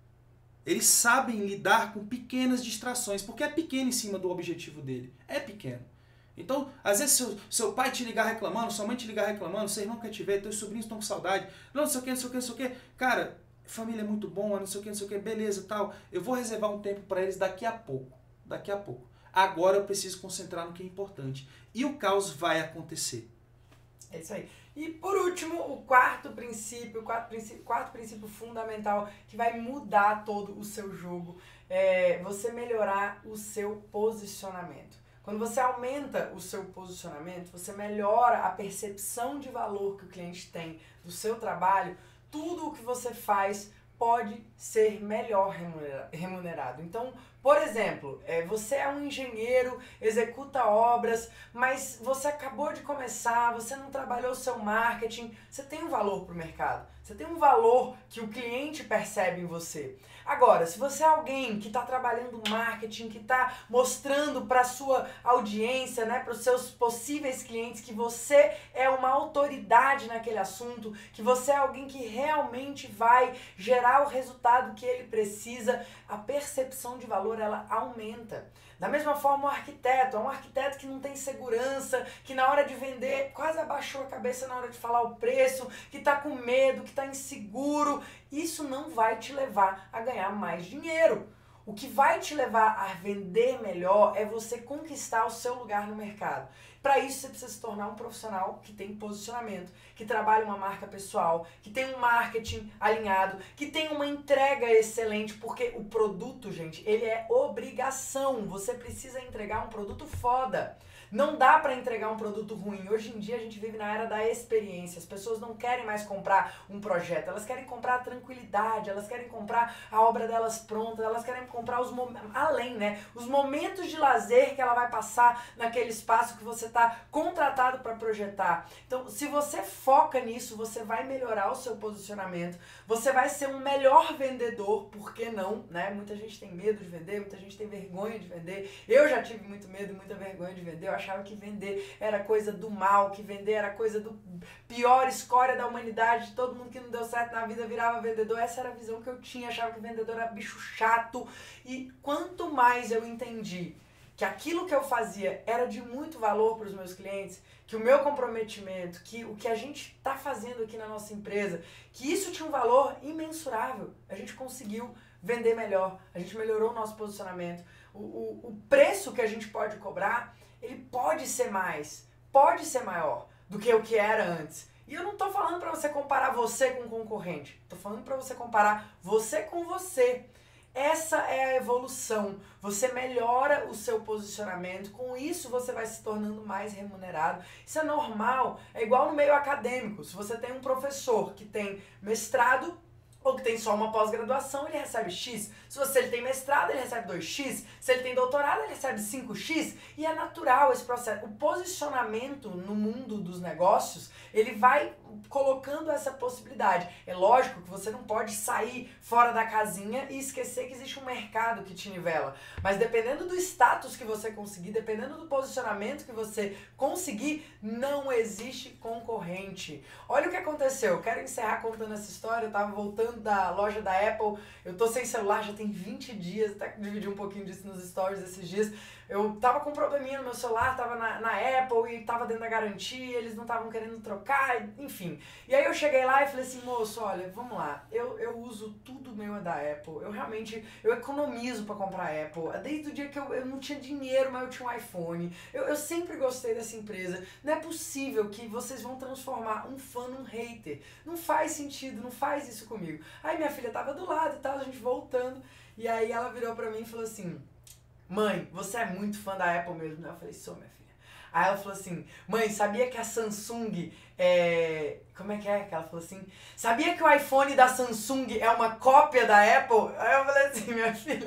Eles sabem lidar com pequenas distrações, porque é pequeno em cima do objetivo dele. É pequeno. Então, às vezes, seu, seu pai te ligar reclamando, sua mãe te ligar reclamando, seu irmão quer te ver, teus sobrinhos estão com saudade, não, não sei o que, não sei o que, não sei o que. Cara, família é muito bom, não sei o que, não sei o que, beleza, tal. Eu vou reservar um tempo para eles daqui a pouco. Daqui a pouco. Agora eu preciso concentrar no que é importante. E o caos vai acontecer. É isso aí. E por último, o quarto princípio, o quarto princípio, quarto princípio fundamental que vai mudar todo o seu jogo é você melhorar o seu posicionamento. Quando você aumenta o seu posicionamento, você melhora a percepção de valor que o cliente tem do seu trabalho, tudo o que você faz pode ser melhor remunerado. Então, por exemplo, você é um engenheiro, executa obras, mas você acabou de começar, você não trabalhou o seu marketing, você tem um valor para o mercado, você tem um valor que o cliente percebe em você. Agora, se você é alguém que está trabalhando marketing, que está mostrando para a sua audiência, né, para os seus possíveis clientes que você é uma autoridade naquele assunto, que você é alguém que realmente vai gerar o resultado que ele precisa, a percepção de valor ela aumenta. Da mesma forma, o arquiteto, é um arquiteto que não tem segurança, que na hora de vender quase abaixou a cabeça na hora de falar o preço, que está com medo, que está inseguro. Isso não vai te levar a ganhar mais dinheiro. O que vai te levar a vender melhor é você conquistar o seu lugar no mercado. Para isso, você precisa se tornar um profissional que tem posicionamento, que trabalha uma marca pessoal, que tem um marketing alinhado, que tem uma entrega excelente, porque o produto, gente, ele é obrigação. Você precisa entregar um produto foda. Não dá para entregar um produto ruim. Hoje em dia a gente vive na era da experiência. As pessoas não querem mais comprar um projeto, elas querem comprar a tranquilidade, elas querem comprar a obra delas pronta, elas querem comprar os momentos, além, né? Os momentos de lazer que ela vai passar naquele espaço que você está contratado para projetar. Então, se você foca nisso, você vai melhorar o seu posicionamento, você vai ser um melhor vendedor, por que não, né? Muita gente tem medo de vender, muita gente tem vergonha de vender. Eu já tive muito medo e muita vergonha de vender. Eu achava que vender era coisa do mal, que vender era coisa do pior escória da humanidade, todo mundo que não deu certo na vida virava vendedor. Essa era a visão que eu tinha, achava que vendedor era bicho chato. E quanto mais eu entendi que aquilo que eu fazia era de muito valor para os meus clientes, que o meu comprometimento, que o que a gente está fazendo aqui na nossa empresa, que isso tinha um valor imensurável, a gente conseguiu vender melhor, a gente melhorou o nosso posicionamento. O, o, o preço que a gente pode cobrar, ele pode ser mais, pode ser maior do que o que era antes. E eu não estou falando para você comparar você com o concorrente, estou falando para você comparar você com você. Essa é a evolução. Você melhora o seu posicionamento, com isso você vai se tornando mais remunerado. Isso é normal, é igual no meio acadêmico. Se você tem um professor que tem mestrado, ou que tem só uma pós-graduação, ele recebe X. Se você ele tem mestrado, ele recebe dois x. Se ele tem doutorado, ele recebe cinco x. E é natural esse processo. O posicionamento no mundo dos negócios, ele vai colocando essa possibilidade. É lógico que você não pode sair fora da casinha e esquecer que existe um mercado que te nivela. Mas dependendo do status que você conseguir, dependendo do posicionamento que você conseguir, não existe concorrente. Olha o que aconteceu. Eu quero encerrar contando essa história. Eu tava voltando da loja da Apple. Eu tô sem celular já tem vinte dias. Até que dividi um pouquinho disso nos stories esses dias. Eu tava com um probleminha no meu celular, tava na, na Apple e tava dentro da garantia, eles não estavam querendo trocar, enfim. E aí eu cheguei lá e falei assim, moço, olha, vamos lá, eu, eu uso tudo meu da Apple, eu realmente, eu economizo pra comprar Apple. Desde o dia que eu, eu não tinha dinheiro, mas eu tinha um iPhone. Eu, eu sempre gostei dessa empresa. Não é possível que vocês vão transformar um fã num hater. Não faz sentido, não faz isso comigo. Aí minha filha tava do lado e tal, a gente voltando, e aí ela virou pra mim e falou assim, mãe, você é muito fã da Apple mesmo, né? Eu falei, sou, minha filha. Aí ela falou assim, mãe, sabia que a Samsung é... Como é que é que ela falou assim? Sabia que o iPhone da Samsung é uma cópia da Apple? Aí eu falei assim, minha filha,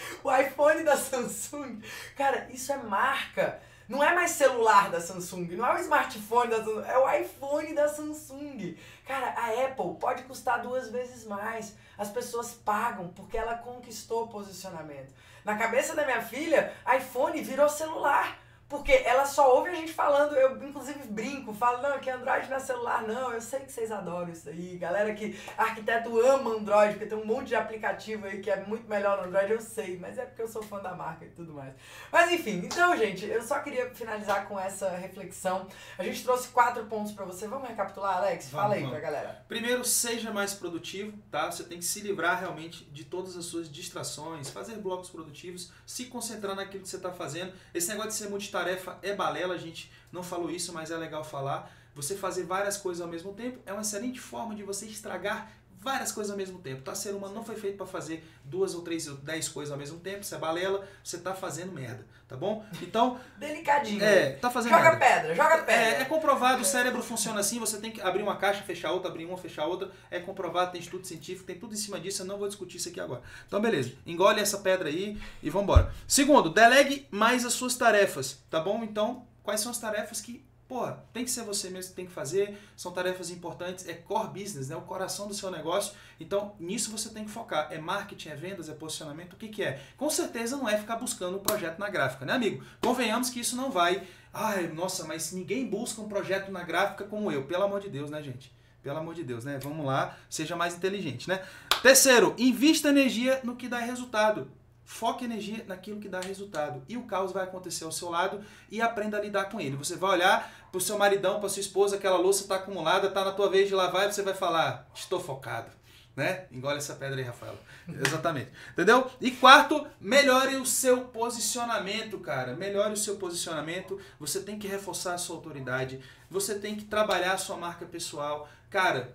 O iPhone da Samsung, cara, isso é marca. Não é mais celular da Samsung, não é o smartphone da Samsung, é o iPhone da Samsung. Cara, a Apple pode custar duas vezes mais. As pessoas pagam porque ela conquistou o posicionamento. Na cabeça da minha filha, iPhone virou celular. Porque ela só ouve a gente falando, eu inclusive brinco, falo, não, que Android não é celular, não, eu sei que vocês adoram isso aí, galera que arquiteto ama Android, porque tem um monte de aplicativo aí que é muito melhor no Android, eu sei, mas é porque eu sou fã da marca e tudo mais. Mas enfim, então gente, eu só queria finalizar com essa reflexão, a gente trouxe quatro pontos pra você, vamos recapitular, Alex? Vamos, Fala aí vamos. pra galera. Primeiro, seja mais produtivo, tá? Você tem que se livrar realmente de todas as suas distrações, fazer blocos produtivos, se concentrar naquilo que você está fazendo. Esse negócio de ser multitarefa é balela, a gente não falou isso, mas é legal falar. Você fazer várias coisas ao mesmo tempo é uma excelente forma de você estragar várias coisas ao mesmo tempo. Tá? Ser humano não foi feito para fazer duas ou três ou dez coisas ao mesmo tempo, isso é balela, você tá fazendo merda, tá bom? Então... Delicadinho. É, tá fazendo Joga merda. pedra, joga pedra. É, é comprovado, o cérebro funciona assim, você tem que abrir uma caixa, fechar outra, abrir uma, fechar outra, é comprovado, tem estudo científico, tem tudo em cima disso, eu não vou discutir isso aqui agora. Então beleza, engole essa pedra aí e vambora. Segundo, delegue mais as suas tarefas, tá bom? Então, quais são as tarefas que, porra, tem que ser você mesmo que tem que fazer, são tarefas importantes, é core business, né? O coração do seu negócio, então nisso você tem que focar. É marketing, é vendas, é posicionamento, o que que é? Com certeza não é ficar buscando um projeto na gráfica, né amigo? Convenhamos que isso não vai, ai, nossa, mas ninguém busca um projeto na gráfica como eu, pelo amor de Deus, né gente? Pelo amor de Deus, né? Vamos lá, seja mais inteligente, né? Terceiro, invista energia no que dá resultado. Foque energia naquilo que dá resultado. E o caos vai acontecer ao seu lado e aprenda a lidar com ele. Você vai olhar para o seu maridão, para sua esposa, aquela louça está acumulada, está na tua vez de lavar e você vai falar, estou focado. Né? Engole essa pedra aí, Rafaela. Exatamente. Entendeu? E quarto, melhore o seu posicionamento, cara. Melhore o seu posicionamento. Você tem que reforçar a sua autoridade. Você tem que trabalhar a sua marca pessoal. Cara,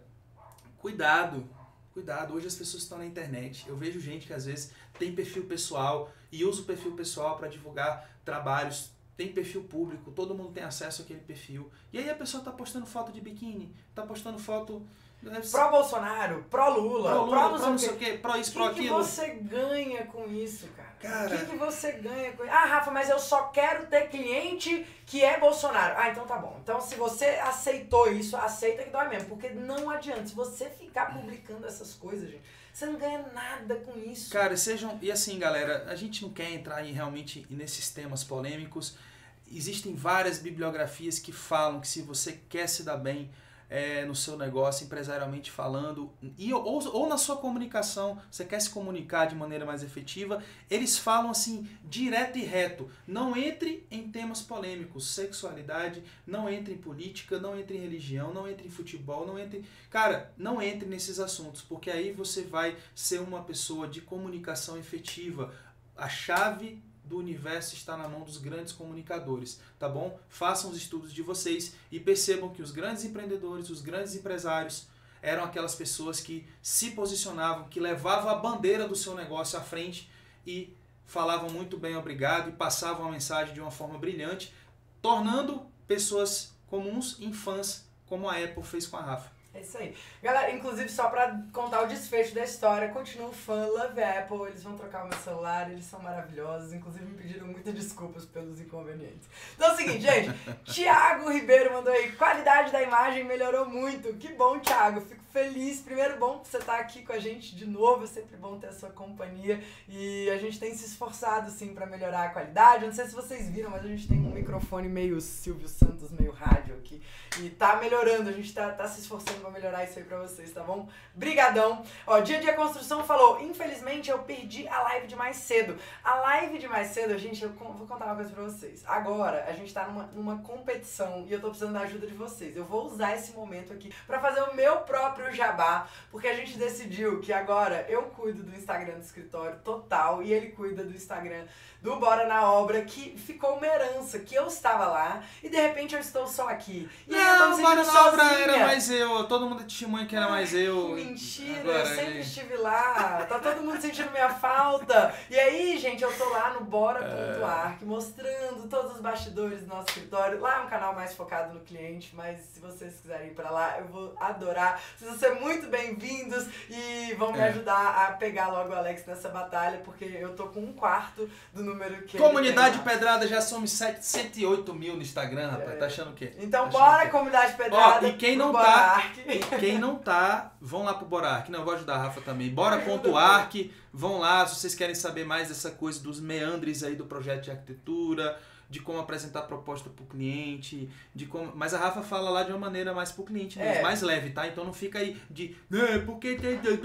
cuidado. Cuidado. Hoje as pessoas estão na internet. Eu vejo gente que às vezes tem perfil pessoal e usa o perfil pessoal para divulgar trabalhos. Tem perfil público. Todo mundo tem acesso àquele perfil. E aí a pessoa está postando foto de biquíni. Está postando foto... Pró-Bolsonaro, pró-Lula, pró-Lula, pró não sei o quê, pró-isso, pró-aquilo. O que você ganha com isso, cara? Cara... O que, que você ganha com isso? Ah, Rafa, mas eu só quero ter cliente que é Bolsonaro. Ah, então tá bom. Então se você aceitou isso, aceita que dói mesmo. Porque não adianta. Se você ficar publicando essas coisas, gente, você não ganha nada com isso. Cara, sejam... E assim, galera, a gente não quer entrar em, realmente nesses temas polêmicos. Existem várias bibliografias que falam que se você quer se dar bem... É, no seu negócio, empresarialmente falando, e, ou, ou na sua comunicação, você quer se comunicar de maneira mais efetiva, eles falam assim, direto e reto, não entre em temas polêmicos, sexualidade, não entre em política, não entre em religião, não entre em futebol, não entre... Cara, não entre nesses assuntos, porque aí você vai ser uma pessoa de comunicação efetiva. A chave do universo está na mão dos grandes comunicadores, tá bom? Façam os estudos de vocês e percebam que os grandes empreendedores, os grandes empresários eram aquelas pessoas que se posicionavam, que levavam a bandeira do seu negócio à frente e falavam muito bem obrigado e passavam a mensagem de uma forma brilhante, tornando pessoas comuns em fãs, como a Apple fez com a Rafa. É isso aí. Galera, inclusive só pra contar o desfecho da história, continuo fã, love Apple, eles vão trocar o meu celular, eles são maravilhosos, inclusive me pediram muitas desculpas pelos inconvenientes. Então é o seguinte, gente, Thiago Ribeiro mandou aí, qualidade da imagem melhorou muito, que bom, Thiago, fico feliz, primeiro bom que você tá aqui com a gente de novo, é sempre bom ter a sua companhia e a gente tem se esforçado sim pra melhorar a qualidade, eu não sei se vocês viram, mas a gente tem um microfone meio Silvio Santos, meio rádio aqui e tá melhorando, a gente tá, tá se esforçando pra melhorar isso aí pra vocês, tá bom? Brigadão! Ó, Dia Dia Construção falou, infelizmente eu perdi a live de mais cedo. A live de mais cedo, gente, eu vou contar uma coisa pra vocês. Agora, a gente tá numa, numa competição e eu tô precisando da ajuda de vocês. Eu vou usar esse momento aqui pra fazer o meu próprio jabá, porque a gente decidiu que agora eu cuido do Instagram do escritório total e ele cuida do Instagram do Bora na Obra, que ficou uma herança, que eu estava lá e de repente eu estou só aqui. E não, eu tô me Bora sentindo na Obra sozinha. era mais eu, eu tô todo mundo testemunha que era mais eu. Mentira, Agora, eu sempre gente. estive lá. Tá todo mundo sentindo minha falta. E aí, gente, eu tô lá no bora ponto arc, mostrando todos os bastidores do nosso escritório. Lá é um canal mais focado no cliente, mas se vocês quiserem ir pra lá, eu vou adorar. Vocês vão ser muito bem-vindos e vão me É. ajudar a pegar logo o Alex nessa batalha, porque eu tô com um quarto do número que Comunidade ele tem lá. Pedrada, já somos setecentos e oito mil no Instagram, rapaz. É. Tá achando o quê? Então Tá bora, achando o quê? comunidade pedrada. Ó, e quem pro não Bora tá- Arc. E quem não tá, vão lá pro Borark. Não, eu vou ajudar a Rafa também. Bora ponto arc, vão lá se vocês querem saber mais dessa coisa dos meandres aí do projeto de arquitetura, de como apresentar proposta pro cliente, de como... Mas a Rafa fala lá de uma maneira mais pro cliente mesmo, É. mais leve, tá? Então não fica aí de... "É, porque...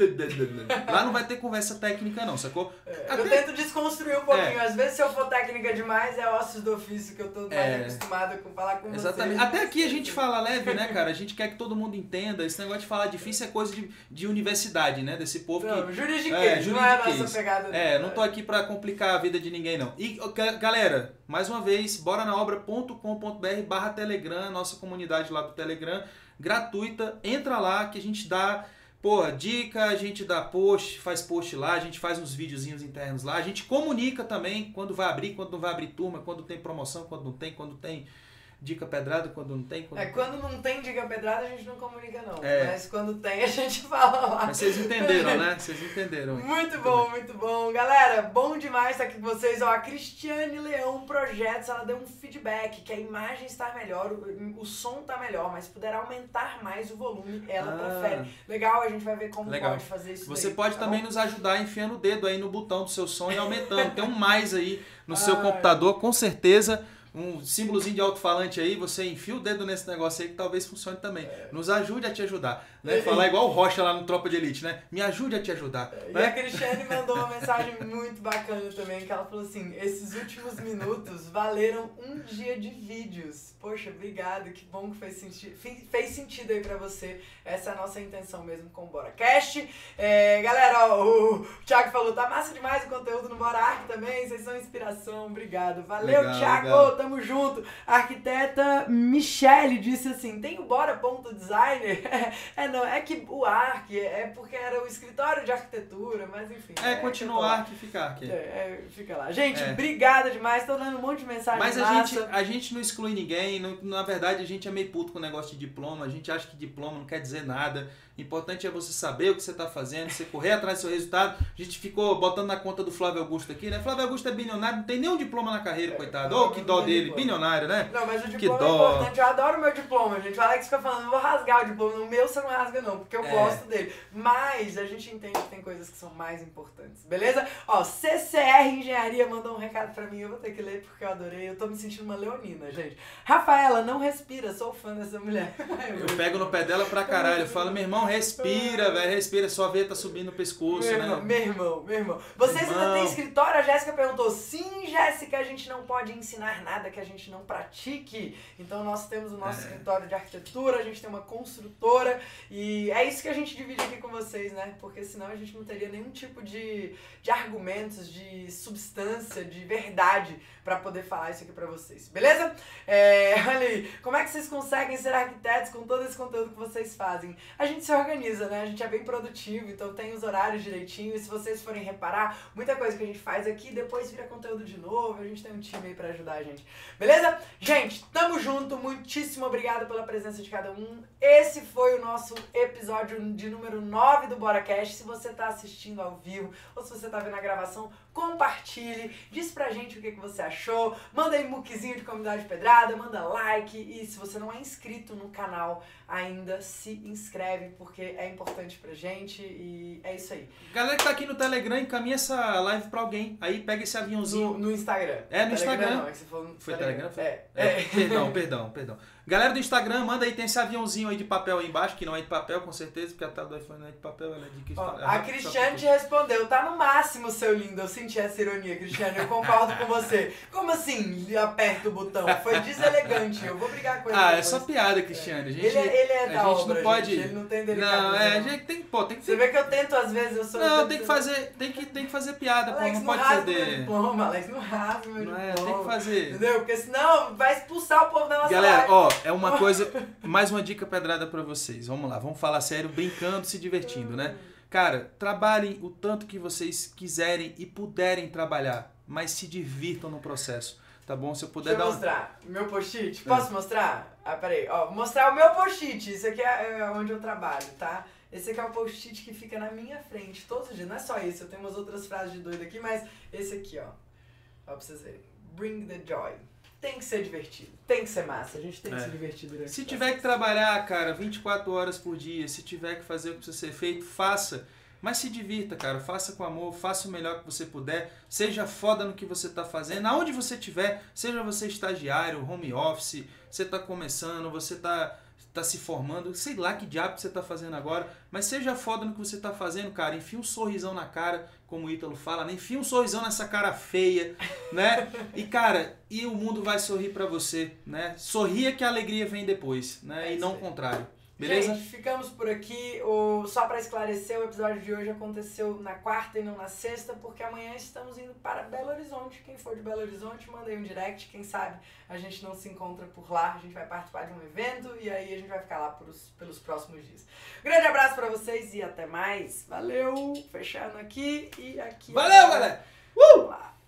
Lá não vai ter conversa técnica não, sacou? Eu Até- tento desconstruir um pouquinho. Às vezes, se eu for técnica demais, é ossos do ofício que eu tô mais É. acostumada com falar com Exatamente. vocês. Até aqui a gente fala leve, né, cara? A gente quer que todo mundo entenda. Esse negócio de falar difícil é coisa de, de universidade, né? Desse povo que... Não, juridiquês, É, não é a juridiquês. nossa pegada. É, não tô aqui pra complicar a vida de ninguém, não. E, ó, ga- galera, mais uma vez, bora na obra ponto com ponto br barra Telegram, nossa comunidade lá do Telegram, gratuita. Entra lá que a gente dá, porra, dica, a gente dá post, faz post lá, a gente faz uns videozinhos internos lá, a gente comunica também quando vai abrir, quando não vai abrir turma, quando tem promoção, quando não tem, quando tem dica pedrada, quando não tem. Quando É, não tem. quando não tem dica pedrada, a gente não comunica, não. É. Mas quando tem, a gente fala lá. Mas vocês entenderam, né? Vocês entenderam. hein? Muito bom, muito bom. Galera, bom demais estar aqui com vocês. Ó, a Cristiane Leão Projetos, ela deu um feedback que a imagem está melhor, o, o som está melhor, mas se puder aumentar mais o volume, ela Ah. prefere. Legal, a gente vai ver como Legal. pode fazer isso Você daí, pode tá também bom? nos ajudar enfiando o dedo aí no botão do seu som e aumentando. Tem um mais aí no seu Ai. computador, com certeza. Um símbolozinho de alto-falante aí, você enfia o dedo nesse negócio aí que talvez funcione também. Nos ajude a te ajudar. Né? Falar igual o Rocha lá no Tropa de Elite, né? Me ajude a te ajudar. E Né? a Cristiane mandou uma mensagem muito bacana também, que ela falou assim, esses últimos minutos valeram um dia de vídeos. Poxa, obrigado, que bom que fez sentido, fez sentido aí pra você. Essa é a nossa intenção mesmo com o BoraCast. É, galera, ó, o Thiago falou, tá massa demais o conteúdo no Bora Arc também, vocês são inspiração, obrigado. Valeu, Legal, Thiago, legal. tamo junto. A arquiteta Michele disse assim, tem o Bora.designer? É, não, é que o Arc é porque era o escritório de arquitetura, mas enfim. É, que continuar que ficar aqui. É, é, fica lá. Gente, É. obrigada demais, tô dando um monte de mensagem Mas a massa. gente, a gente não exclui ninguém, não- na verdade a gente é meio puto com o negócio de diploma, a gente acha que diploma não quer dizer nada. O importante é você saber o que você está fazendo, você correr atrás do seu resultado. A gente ficou botando na conta do Flávio Augusto aqui, né? Flávio Augusto é bilionário, não tem nenhum diploma na carreira, É, coitado. Flávio Oh, que Augusto dó não tem dele, diploma. bilionário, né? Não, mas o Que diploma é dó. importante, eu adoro o meu diploma, gente. O Alex fica falando, vou rasgar o diploma. No meu você não rasga não, porque eu É. gosto dele. Mas a gente entende que tem coisas que são mais importantes, beleza? Ó, C C R Engenharia mandou um recado pra mim, eu vou ter que ler porque eu adorei. Eu tô me sentindo uma leonina, gente. Rafaela, não respira, sou fã dessa mulher. Eu pego no pé dela pra caralho, eu falo, meu irmão, respira, velho, respira, sua veia tá subindo no pescoço, Meu né? irmão, meu irmão, meu irmão. Vocês Irmão. ainda têm escritório? A Jéssica perguntou. Sim, Jéssica, a gente não pode ensinar nada que a gente não pratique. Então nós temos o nosso É. escritório de arquitetura, a gente tem uma construtora e é isso que a gente divide aqui com vocês, né? Porque senão a gente não teria nenhum tipo de, de argumentos, de substância, de verdade pra poder falar isso aqui pra vocês, beleza? É, olha aí, como é que vocês conseguem ser arquitetos com todo esse conteúdo que vocês fazem? A gente se organiza, né? A gente é bem produtivo, então tem os horários direitinho, e se vocês forem reparar, muita coisa que a gente faz aqui depois vira conteúdo de novo, a gente tem um time aí pra ajudar a gente, beleza? Gente, tamo junto, muitíssimo obrigado pela presença de cada um. Esse foi o nosso episódio de número nove do BoraCast. Se você tá assistindo ao vivo ou se você tá vendo a gravação, compartilhe, diz pra gente o que, que você achou, manda aí muquezinho de comunidade pedrada, manda like e se você não é inscrito no canal ainda, se inscreve porque é importante pra gente e é isso aí. Galera que tá aqui no Telegram, encaminha essa live pra alguém. Aí pega esse aviãozinho. No, no Instagram. É, no Telegram Instagram. Não, é que você falou no Foi Telegram? Foi? É. É, é. Perdão, perdão, perdão. Galera do Instagram, manda aí, tem esse aviãozinho aí de papel aí embaixo, que não é de papel, com certeza, porque a tela do iPhone não é de papel, ela é de Ó, cristal. a Cristiane te respondeu, tá no máximo, seu lindo. Eu senti essa ironia, Cristiane, eu concordo com você. Como assim, aperta o botão? Foi deselegante, eu vou brigar com ele. Ah, é depois. só piada, Cristiane. A gente, Ele, é- ele é a da gente obra, não pode. gente, ele não tem delicadeza. Não, é, a não. gente tem, pô, tem que Você ter. vê que eu tento, às vezes, eu sou... Não, tem que fazer, tem que, tem que fazer piada, Alex, pô, não não pode rasga meu perder. diploma, Alex, não rasga meu Não é, diploma. tem que fazer. Entendeu? Porque senão vai expulsar o povo da nossa Galera, live. ó, é uma coisa, mais uma dica pedrada pra vocês. Vamos lá, vamos falar sério, brincando, se divertindo, né? Cara, trabalhem o tanto que vocês quiserem e puderem trabalhar, mas se divirtam no processo, tá bom? Se eu puder Deixa eu dar um... mostrar meu post-it. Posso é. mostrar? Ah, peraí. Ó, vou mostrar o meu post-it. Isso aqui é onde eu trabalho, tá? Esse aqui é o post-it que fica na minha frente todos os dias. Não é só esse, eu tenho umas outras frases de doido aqui, mas esse aqui, ó. Ó, pra vocês verem. Bring the joy. Tem que ser divertido, tem que ser massa, a gente tem que é. se divertir durante Se tiver que trabalhar, cara, vinte e quatro horas por dia, se tiver que fazer o que precisa ser feito, faça. Mas se divirta, cara, faça com amor, faça o melhor que você puder, seja foda no que você tá fazendo, aonde você estiver, seja você estagiário, home office, você tá começando, você tá, tá se formando, sei lá que diabo que você tá fazendo agora, mas seja foda no que você tá fazendo, cara, enfia um sorrisão na cara, como o Ítalo fala, né? Enfia um sorrisão nessa cara feia, né? E, cara, e o mundo vai sorrir pra você, né? Sorria que a alegria vem depois, né? É e não o contrário. Beleza? Gente, ficamos por aqui. O... Só para esclarecer, o episódio de hoje aconteceu na quarta e não na sexta, porque amanhã estamos indo para Belo Horizonte. Quem for de Belo Horizonte, manda aí um direct. Quem sabe a gente não se encontra por lá. A gente vai participar de um evento e aí a gente vai ficar lá pelos, pelos próximos dias. Grande abraço para vocês e até mais. Valeu! Fechando aqui e aqui. Valeu, galera! Uh!